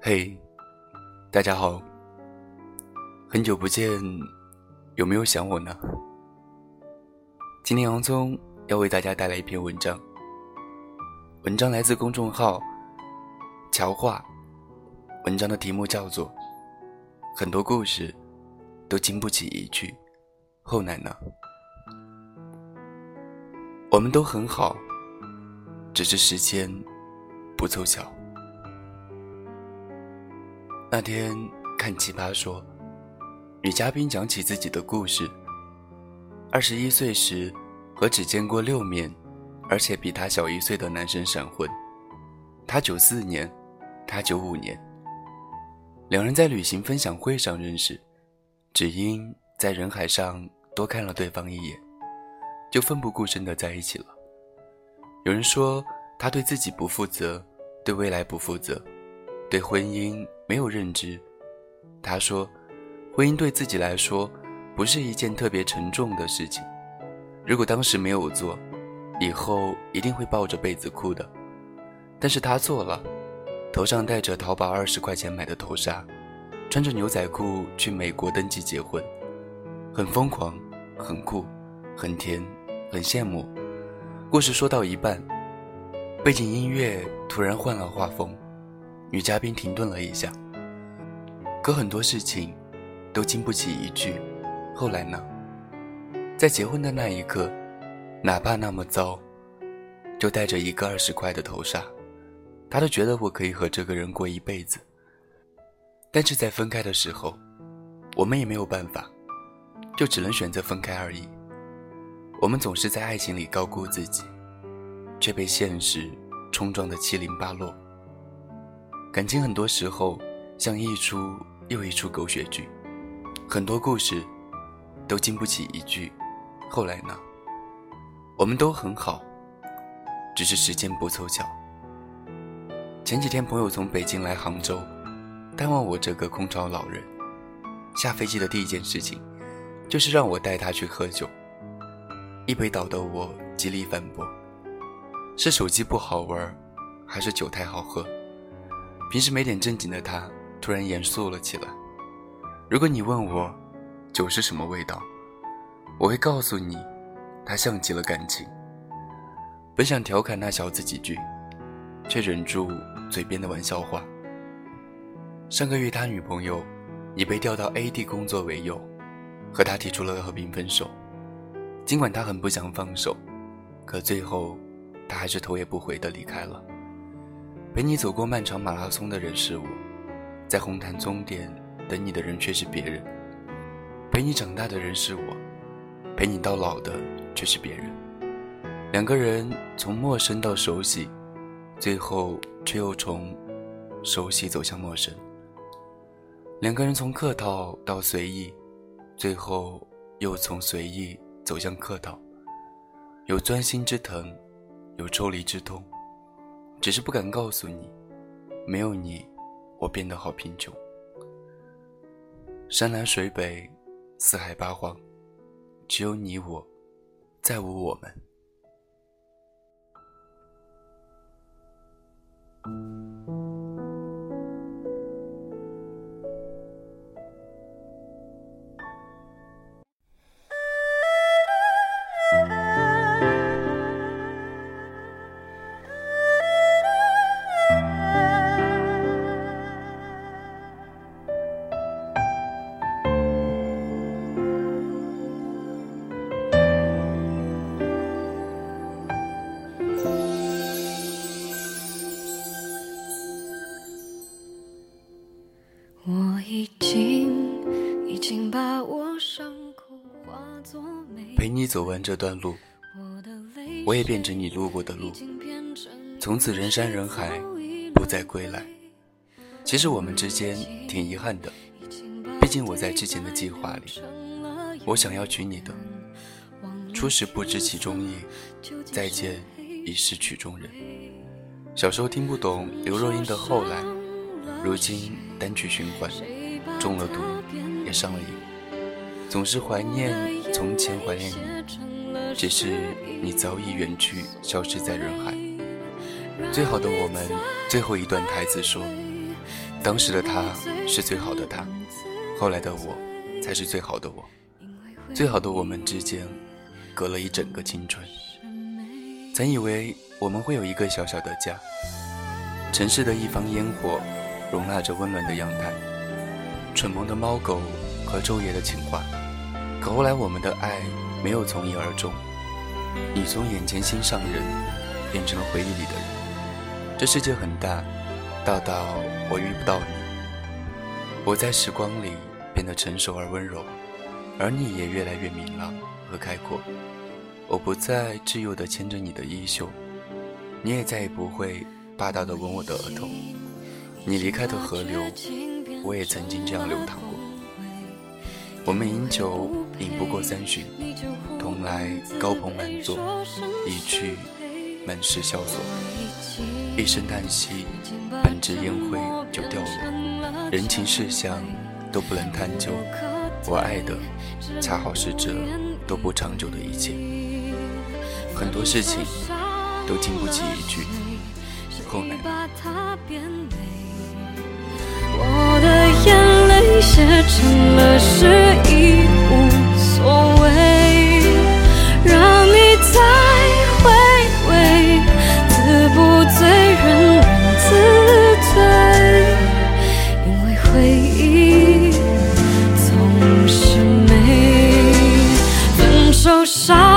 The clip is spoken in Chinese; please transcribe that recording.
嘿，大家好，很久不见，有没有想我呢？今天洋葱要为大家带来一篇文章，文章来自公众号乔话，文章的题目叫做很多故事都经不起一句后来呢。我们都很好，只是时间不凑巧。那天看奇葩说，女嘉宾讲起自己的故事，21岁时和只见过6面而且比她小1岁的男生闪婚，他94年，他95年，两人在旅行分享会上认识，只因在人海上多看了对方一眼，就奋不顾身地在一起了。有人说他对自己不负责，对未来不负责，对婚姻没有认知。他说婚姻对自己来说不是一件特别沉重的事情，如果当时没有做，以后一定会抱着被子哭的。但是他做了，头上戴着淘宝20块钱买的头纱，穿着牛仔裤去美国登记结婚，很疯狂，很酷，很甜，很羡慕。故事说到一半，背景音乐突然换了画风，女嘉宾停顿了一下。可很多事情都经不起一句后来呢。在结婚的那一刻，哪怕那么糟，就带着一个20块的头纱，他都觉得我可以和这个人过一辈子。但是在分开的时候，我们也没有办法，就只能选择分开而已。我们总是在爱情里高估自己，却被现实冲撞得七零八落。感情很多时候像一出又一出狗血剧，很多故事都经不起一句后来呢。我们都很好，只是时间不凑巧。前几天朋友从北京来杭州探望我这个空巢老人，下飞机的第一件事情就是让我带他去喝酒。一杯倒的我极力反驳，是手机不好玩，还是酒太好喝？平时没点正经的他突然严肃了起来。如果你问我酒是什么味道，我会告诉你它像极了感情。本想调侃那小子几句，却忍住嘴边的玩笑话。上个月他女朋友以被调到 A 地工作为由，和他提出了和平分手。尽管他很不想放手，可最后他还是头也不回地离开了。陪你走过漫长马拉松的人是我，在红毯终点等你的人却是别人。陪你长大的人是我，陪你到老的却是别人。两个人从陌生到熟悉，最后却又从熟悉走向陌生。两个人从客套到随意，最后又从随意走向客套。有钻心之疼，有抽离之痛，只是不敢告诉你，没有你，我变得好贫穷。山南水北，四海八荒，只有你我，再无我们。 我已经把我伤口化作美。 陪你走完这段路，我也变成你路过的路，从此人山人海，不再归来。其实我们之间挺遗憾的，毕竟我在之前的计划里，我想要娶你的，初时不知其中意，再见已是曲中人。小时候听不懂刘若英的后来，如今单曲循环，中了毒也上了瘾，总是怀念从前，怀念你，只是你早已远去，消失在人海。最好的我们最后一段台词说， 当时的他是最好的他，后来的我才是最好的我。最好的我们之间隔了一整个青春。曾以为我们会有一个小小的家，城市的一方烟火容纳着温暖的阳台，蠢萌的猫狗和昼夜的情话。可后来我们的爱没有从一而终，你从眼前心上人变成了回忆里的人。这世界很大，大到我遇不到你。我在时光里变得成熟而温柔，而你也越来越明朗和开阔。我不再自由地牵着你的衣袖，你也再也不会霸道地吻我的额头。你离开的河流，我也曾经这样流淌过。我们饮酒饮不过3巡，同来高朋满座，一去满是萧索。一声叹息，半支烟灰就掉落，人情世相都不能探究。我爱的恰好是这都不长久的一切。很多事情都经不起一句后来。 我的眼泪写成了诗，已无所谓，让你再回味，自不醉人人自醉，因为回忆总是美。分手伤